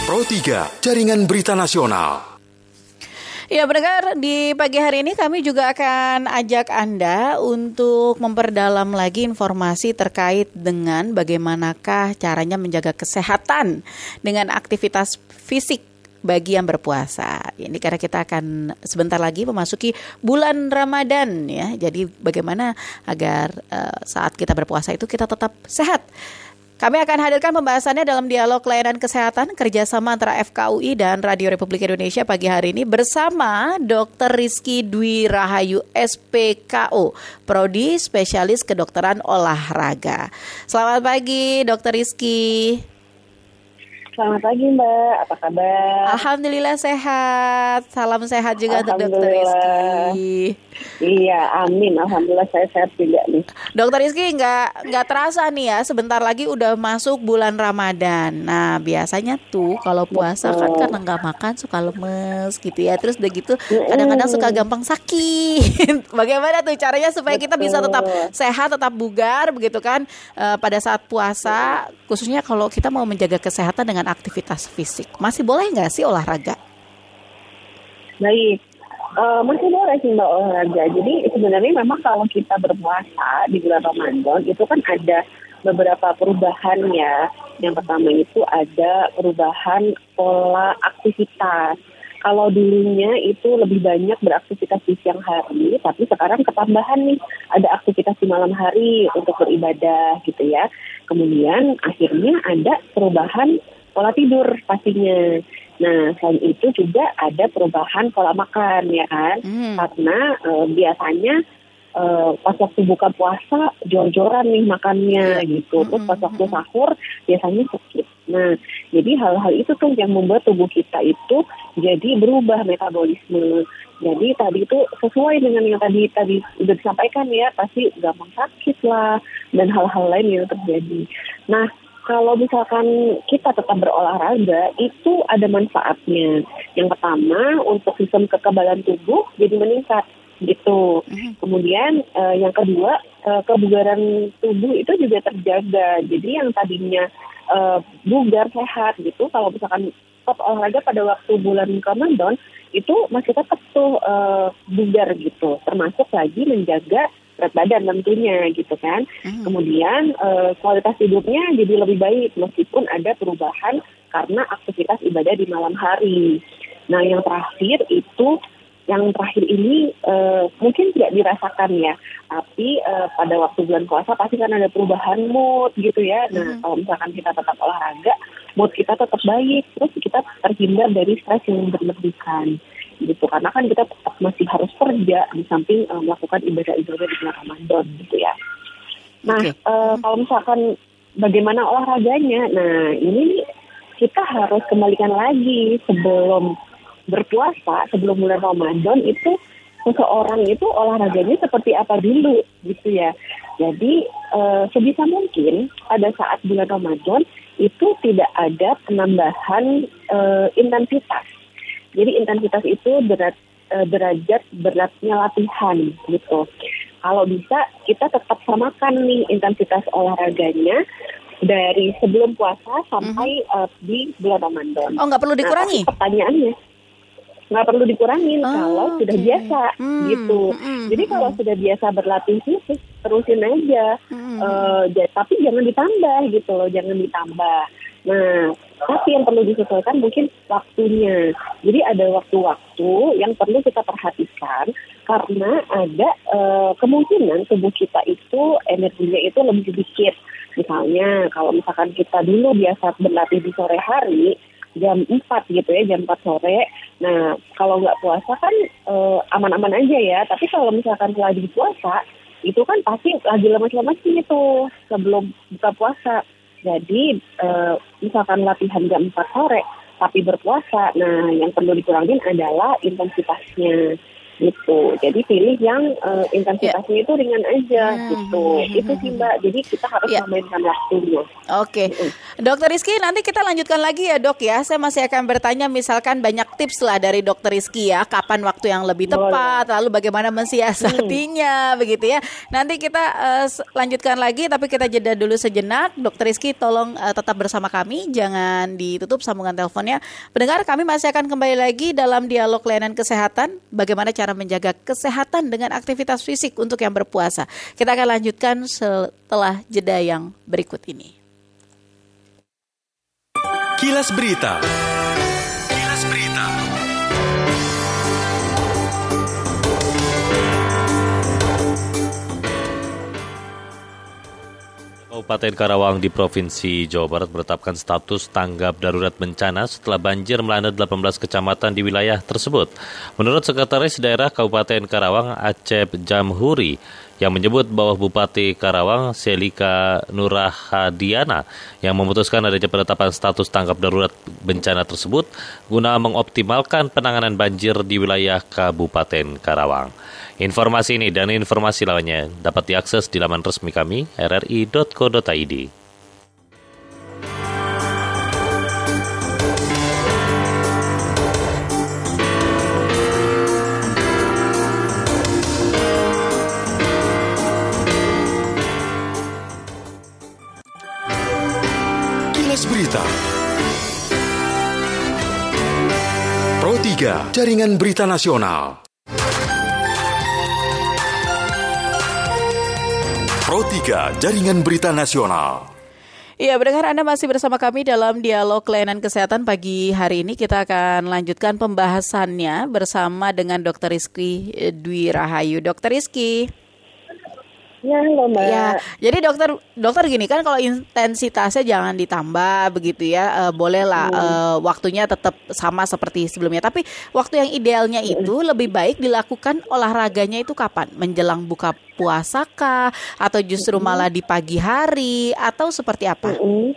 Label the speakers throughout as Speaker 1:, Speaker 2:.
Speaker 1: Pro 3, Jaringan Berita Nasional.
Speaker 2: Ya, pendengar, di pagi hari ini kami juga akan ajak Anda untuk memperdalam lagi informasi terkait dengan bagaimanakah caranya menjaga kesehatan dengan aktivitas fisik bagi yang berpuasa. Ini karena kita akan sebentar lagi memasuki bulan Ramadan ya. Jadi bagaimana agar saat kita berpuasa itu kita tetap sehat. Kami akan hadirkan pembahasannya dalam dialog layanan kesehatan kerjasama antara FKUI dan Radio Republik Indonesia pagi hari ini bersama Dr. Rizky Dwi Rahayu SPKO, Prodi Spesialis Kedokteran Olahraga. Selamat pagi Dr. Rizky.
Speaker 3: Selamat pagi Mbak, apa kabar?
Speaker 2: Alhamdulillah sehat, salam sehat juga untuk Dr. Rizky.
Speaker 3: Iya, amin. Alhamdulillah saya sehat juga nih.
Speaker 2: Dr. Rizky nggak terasa nih ya, sebentar lagi udah masuk bulan Ramadan. Nah biasanya tuh kalau puasa kan karena nggak makan suka lemes gitu ya. Terus udah gitu kadang-kadang suka gampang sakit. Bagaimana tuh caranya supaya kita bisa tetap sehat, tetap bugar begitu kan pada saat puasa, khususnya kalau kita mau menjaga kesehatan dengan aktivitas fisik. Masih boleh nggak sih olahraga?
Speaker 3: Baik. Masih boleh sih Mbak olahraga. Jadi sebenarnya memang kalau kita berpuasa di bulan Ramadan itu kan ada beberapa perubahan ya. Yang pertama itu ada perubahan pola aktivitas. Kalau dulunya itu lebih banyak beraktivitas di siang hari, tapi sekarang ketambahan nih ada aktivitas di malam hari untuk beribadah gitu ya. Kemudian akhirnya ada perubahan pola tidur pastinya. Nah, selain itu juga ada perubahan pola makan ya kan, karena biasanya pas waktu buka puasa jor-joran nih makannya gitu, terus pas waktu sahur biasanya sakit. Nah, jadi hal-hal itu tuh yang membuat tubuh kita itu jadi berubah metabolisme. Jadi tadi itu sesuai dengan yang tadi udah disampaikan ya, pasti gampang sakit lah dan hal-hal lain yang terjadi. Nah, kalau misalkan kita tetap berolahraga, itu ada manfaatnya. Yang pertama, untuk sistem kekebalan tubuh jadi meningkat, gitu. Kemudian yang kedua, kebugaran tubuh itu juga terjaga. Jadi yang tadinya bugar, sehat, gitu. Kalau misalkan tetap olahraga pada waktu bulan Ramadan, itu masih tetap tuh bugar, gitu. Termasuk lagi menjaga berat badan tentunya gitu kan. Kemudian kualitas tidurnya jadi lebih baik meskipun ada perubahan karena aktivitas ibadah di malam hari. Nah yang terakhir ini mungkin tidak dirasakan ya, tapi pada waktu bulan puasa pasti kan ada perubahan mood gitu ya. Nah kalau misalkan kita tetap olahraga, mood kita tetap baik, terus kita terhindar dari stres yang berlebihan gitu, karena kan kita tetap masih harus kerja di samping melakukan ibadah-ibadah di bulan Ramadan gitu ya. Nah, kalau misalkan bagaimana olahraganya, nah ini kita harus kembalikan lagi sebelum berpuasa, sebelum bulan Ramadan itu seseorang itu olahraganya seperti apa dulu gitu ya. Jadi sebisa mungkin pada saat bulan Ramadan itu tidak ada penambahan intensitas. Jadi intensitas itu derajat beratnya latihan gitu. Kalau bisa kita tetap samakan nih intensitas olahraganya dari sebelum puasa sampai di bulan Ramadan.
Speaker 2: Oh, nggak perlu dikurangi?
Speaker 3: Nah, pertanyaannya nggak perlu dikurangin kalau sudah biasa gitu. Jadi kalau sudah biasa berlatih fisik terusin aja, tapi jangan ditambah gitu loh, jangan ditambah. Nah, tapi yang perlu disesuaikan mungkin waktunya. Jadi ada waktu-waktu yang perlu kita perhatikan karena ada kemungkinan tubuh kita itu energinya itu lebih sedikit. Misalnya kalau misalkan kita dulu biasa berlatih di sore hari, jam 4 gitu ya, jam 4 sore. Nah, kalau nggak puasa kan aman-aman aja ya. Tapi kalau misalkan lagi puasa, itu kan pasti lagi lemas-lemasnya itu sebelum buka puasa. Jadi misalkan latihan jam 4 sore tapi berpuasa, nah yang perlu dikurangin adalah intensitasnya gitu. Jadi pilih yang intensitasnya itu ringan aja gitu. Itu sih Mbak. Jadi kita harus memainkan waktunya.
Speaker 2: Oke. Dokter Rizky, nanti kita lanjutkan lagi ya dok ya. Saya masih akan bertanya misalkan banyak tips lah dari dokter Rizky ya. Kapan waktu yang lebih tepat, lalu bagaimana mensiasatinya begitu ya. Nanti kita lanjutkan lagi tapi kita jeda dulu sejenak. Dokter Rizky tolong tetap bersama kami. Jangan ditutup sambungan teleponnya. Pendengar, kami masih akan kembali lagi dalam dialog layanan kesehatan. Bagaimana cara menjaga kesehatan dengan aktivitas fisik untuk yang berpuasa. Kita akan lanjutkan setelah jeda yang berikut ini.
Speaker 1: Kilas Berita. Kilas Berita.
Speaker 4: Kabupaten Karawang di Provinsi Jawa Barat menetapkan status tanggap darurat bencana setelah banjir melanda 18 kecamatan di wilayah tersebut. Menurut Sekretaris Daerah Kabupaten Karawang Acep Jamhuri, yang menyebut bahwa Bupati Karawang Selika Nurahadiana yang memutuskan adanya penetapan status tanggap darurat bencana tersebut guna mengoptimalkan penanganan banjir di wilayah Kabupaten Karawang. Informasi ini dan informasi lainnya dapat diakses di laman resmi kami rri.co.id.
Speaker 1: Kilas Berita. Pro 3, Jaringan Berita Nasional. Pro 3, Jaringan Berita Nasional.
Speaker 2: Iya, pendengar, Anda masih bersama kami dalam dialog layanan kesehatan pagi hari ini. Kita akan lanjutkan pembahasannya bersama dengan Dr. Rizky Dwi Rahayu. Dr. Rizky.
Speaker 3: Ya, halo Mbak.
Speaker 2: Ya, jadi dokter gini kan, kalau intensitasnya jangan ditambah begitu ya, bolehlah waktunya tetap sama seperti sebelumnya. Tapi waktu yang idealnya itu lebih baik dilakukan olahraganya itu kapan? Menjelang buka puasa kah? Atau justru malah di pagi hari? Atau seperti apa?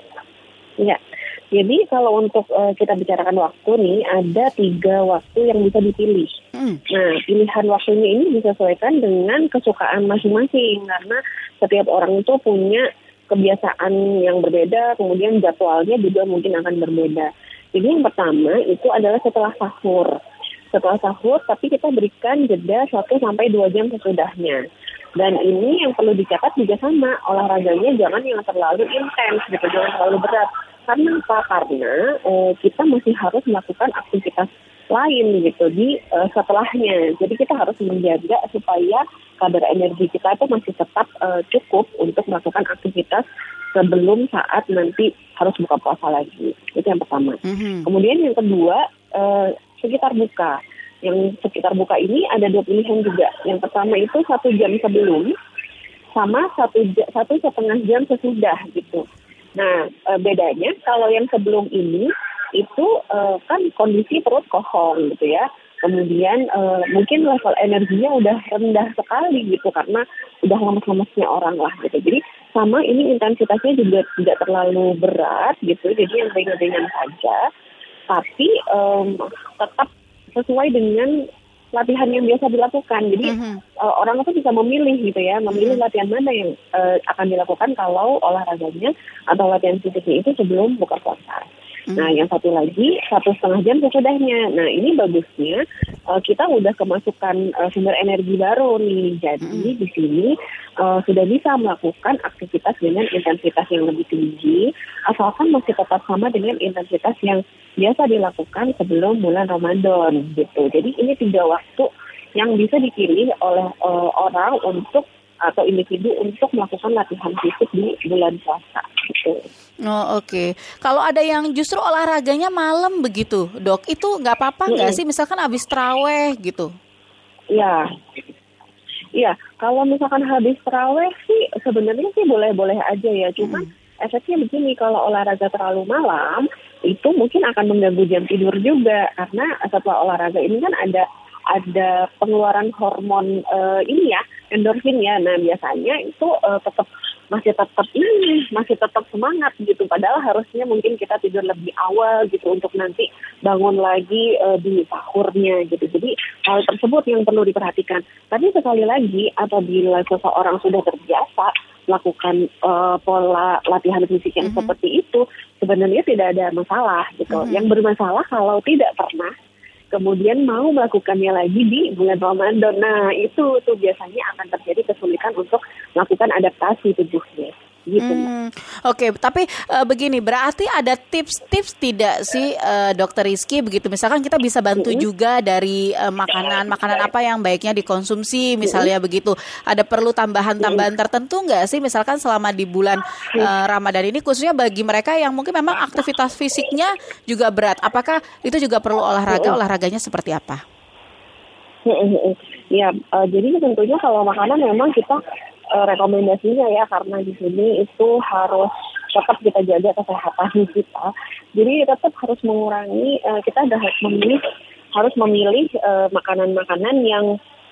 Speaker 3: Ya, jadi kalau untuk kita bicarakan waktu nih, ada 3 waktu yang bisa dipilih. Nah, pilihan waktunya ini disesuaikan dengan kesukaan masing-masing, karena setiap orang itu punya kebiasaan yang berbeda, kemudian jadwalnya juga mungkin akan berbeda. Jadi yang pertama itu adalah setelah sahur. Setelah sahur, tapi kita berikan jeda 1-2 jam sesudahnya. Dan ini yang perlu dicatat juga sama, olahraganya jangan yang terlalu intens gitu, jangan terlalu berat. Karena apa? Karena kita masih harus melakukan aktivitas lain gitu di setelahnya. Jadi kita harus menjaga supaya kadar energi kita itu masih tetap cukup untuk melakukan aktivitas sebelum saat nanti harus buka puasa lagi. Itu yang pertama. Kemudian yang kedua, sekitar buka. Yang sekitar buka ini ada 2 pilihan juga. Yang pertama itu 1 jam sebelum sama 1,5 jam sesudah gitu. Nah, bedanya kalau yang sebelum ini itu kan kondisi perut kosong gitu ya. Kemudian mungkin level energinya udah rendah sekali gitu karena udah lemes-lemesnya orang lah gitu. Jadi sama ini intensitasnya juga tidak terlalu berat gitu. Jadi yang ringan-ringan saja. Tapi tetap sesuai dengan latihan yang biasa dilakukan. Jadi orang itu bisa memilih gitu ya, memilih latihan mana yang akan dilakukan kalau olahraganya atau latihan fisiknya itu sebelum buka puasa. Nah, yang satu lagi 1,5 jam sesudahnya. Nah, ini bagusnya kita udah kemasukan sumber energi baru nih. Jadi di sini sudah bisa melakukan aktivitas dengan intensitas yang lebih tinggi, asalkan masih tetap sama dengan intensitas yang biasa dilakukan sebelum bulan Ramadan gitu. Jadi ini 3 waktu yang bisa dipilih oleh orang untuk atau individu untuk melakukan latihan fisik di bulan puasa gitu.
Speaker 2: Oh, oke. Kalau ada yang justru olahraganya malam begitu, Dok, itu nggak apa-apa nggak sih? Misalkan habis taraweh gitu?
Speaker 3: Iya. Kalau misalkan habis taraweh sih sebenarnya sih boleh-boleh aja ya. Cuman efeknya begini, kalau olahraga terlalu malam itu mungkin akan mengganggu jam tidur juga, karena setelah olahraga ini kan ada pengeluaran hormon ini ya, endorfin ya. Nah, biasanya itu tetap masih tetap semangat gitu. Padahal harusnya mungkin kita tidur lebih awal gitu untuk nanti bangun lagi di sahurnya gitu. Jadi hal tersebut yang perlu diperhatikan. Tapi sekali lagi, apabila seseorang sudah terbiasa melakukan pola latihan fisik yang seperti itu, sebenarnya tidak ada masalah gitu. Yang bermasalah kalau tidak pernah kemudian mau melakukannya lagi di bulan Ramadan. Nah, itu tuh biasanya akan terjadi kesulitan untuk melakukan adaptasi tubuhnya. Gitu.
Speaker 2: Oke, tapi begini, berarti ada tips-tips tidak sih Dokter Rizky begitu? Misalkan kita bisa bantu juga dari makanan apa yang baiknya dikonsumsi, misalnya begitu. Ada perlu tambahan-tambahan tertentu nggak sih? Misalkan selama di bulan Ramadan ini, khususnya bagi mereka yang mungkin memang aktivitas fisiknya juga berat. Apakah itu juga perlu olahraga? Olahraganya seperti apa?
Speaker 3: Ya, jadi tentunya kalau makanan memang kita rekomendasinya ya, karena di sini itu harus tetap kita jaga kesehatan kita. Jadi tetap harus mengurangi, kita harus memilih makanan-makanan yang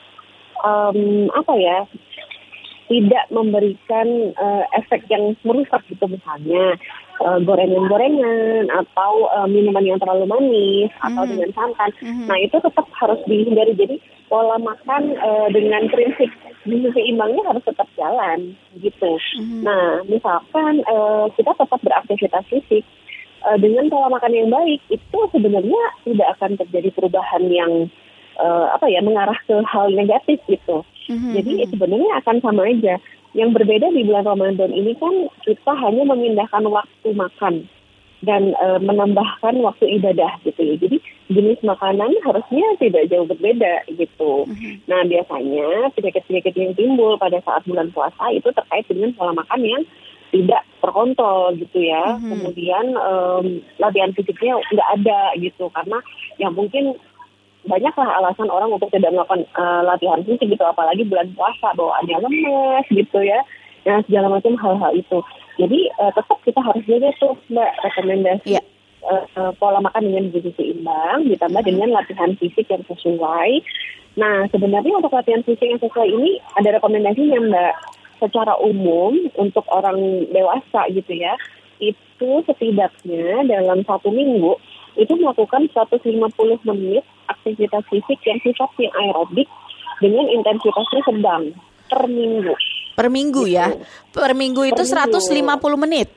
Speaker 3: tidak memberikan efek yang merusak gitu, misalnya gorengan-gorengan atau minuman yang terlalu manis atau dengan santan. Nah, itu tetap harus dihindari. Jadi pola makan dengan prinsip gizi seimbangnya harus tetap jalan gitu. Nah, misalkan kita tetap beraktivitas fisik dengan pola makan yang baik, itu sebenarnya tidak akan terjadi perubahan yang mengarah ke hal negatif gitu. Jadi sebenarnya akan sama aja. Yang berbeda di bulan Ramadan ini kan kita hanya memindahkan waktu makan dan menambahkan waktu ibadah gitu ya. Jadi jenis makanan harusnya tidak jauh berbeda gitu. Nah, biasanya penyakit-penyakit yang timbul pada saat bulan puasa itu terkait dengan pola makan yang tidak terkontrol gitu ya. Kemudian latihan fisiknya nggak ada gitu, karena yang mungkin banyaklah alasan orang untuk tidak melakukan latihan fisik gitu, apalagi bulan puasa, bawaannya lemes gitu ya. Nah, segala macam hal-hal itu. Jadi tetap kita harus jaga tuh Mbak, rekomendasi pola makan dengan gizi seimbang ditambah dengan latihan fisik yang sesuai. Nah, sebenarnya untuk latihan fisik yang sesuai ini ada rekomendasinya Mbak. Secara umum untuk orang dewasa gitu ya, itu setidaknya dalam 1 minggu itu melakukan 150 menit aktivitas fisik yang sifatnya aerobik dengan intensitasnya sedang per minggu.
Speaker 2: Per minggu gitu. Ya? Per minggu itu per 150 menit?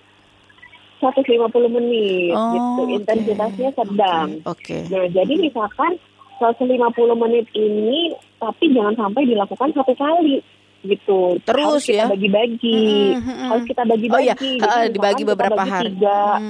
Speaker 3: 150 menit gitu, intensitasnya sedang.
Speaker 2: Okay.
Speaker 3: Nah, jadi misalkan 150 menit ini, tapi jangan sampai dilakukan satu kali gitu.
Speaker 2: Terus
Speaker 3: harus kita bagi-bagi. Harus kita bagi-bagi.
Speaker 2: Dibagi beberapa hari.
Speaker 3: 3.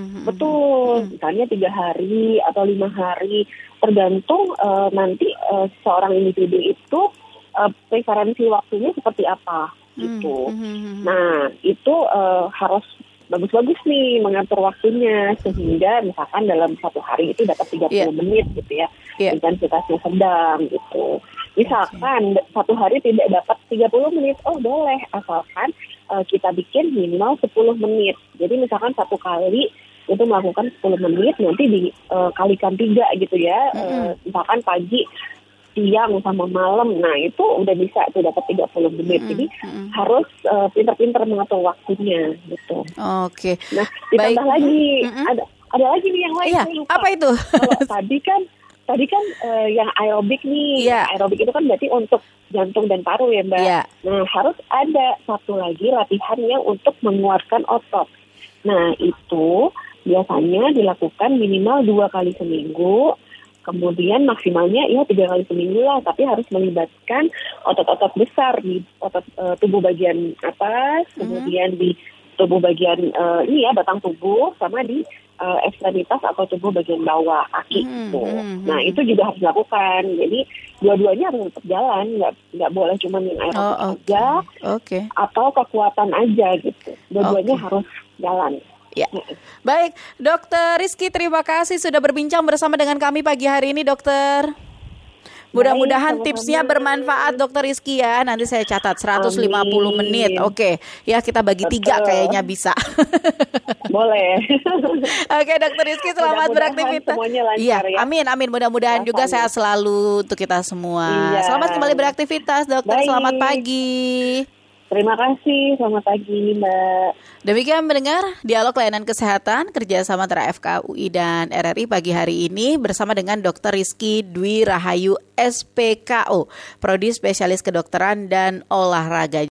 Speaker 3: Betul. Misalnya 3 hari atau 5 hari. Tergantung nanti seorang individu itu preferensi waktunya seperti apa gitu. Nah, itu harus bagus-bagus nih mengatur waktunya sehingga misalkan dalam 1 hari itu dapat 30 menit gitu ya. Intensitasnya sedang gitu. Misalkan 1 hari tidak dapat 30 menit, boleh, asalkan kita bikin minimal 10 menit. Jadi misalkan 1 kali itu melakukan 10 menit, nanti dikalikan 3 gitu ya. Misalkan pagi, siang, sama malam, nah itu udah bisa tuh dapat 30 menit. Jadi harus pintar-pintar mengatur waktunya gitu.
Speaker 2: Oke.
Speaker 3: Nah, ditambah lagi, ada lagi nih yang lain.
Speaker 2: Iya, apa itu?
Speaker 3: Kalau tadi kan yang aerobik nih, aerobik itu kan berarti untuk jantung dan paru ya Mbak. Nah, harus ada satu lagi latihannya untuk menguatkan otot. Nah, itu biasanya dilakukan minimal 2 kali seminggu, kemudian maksimalnya 3 kali seminggu lah, tapi harus melibatkan otot-otot besar di otot tubuh bagian atas, kemudian di tubuh bagian batang tubuh, sama di ekstremitas atau tubuh bagian bawah kaki gitu. Nah, itu juga harus dilakukan. Jadi dua-duanya harus tetap jalan, nggak boleh cuma yang aerobik aja atau kekuatan aja gitu. Dua-duanya harus jalan.
Speaker 2: Ya. Baik, Dokter Rizky, terima kasih sudah berbincang bersama dengan kami pagi hari ini, Dokter. Mudah-mudahan tipsnya bermanfaat Dokter Rizky ya. Nanti saya catat 150 menit. Oke, ya kita bagi 3 kayaknya bisa.
Speaker 3: Boleh.
Speaker 2: Oke, Dokter Rizky, selamat beraktivitas. Iya, ya. Amin. Mudah-mudahan juga sehat selalu untuk kita semua. Iya. Selamat kembali beraktivitas, Dokter. Baik. Selamat pagi.
Speaker 3: Terima kasih, selamat pagi Mbak.
Speaker 2: Demikian mendengar dialog layanan kesehatan kerjasama antara FK UI dan RRI pagi hari ini bersama dengan Dr. Rizky Dwi Rahayu SPKO, Prodi Spesialis Kedokteran dan Olahraga.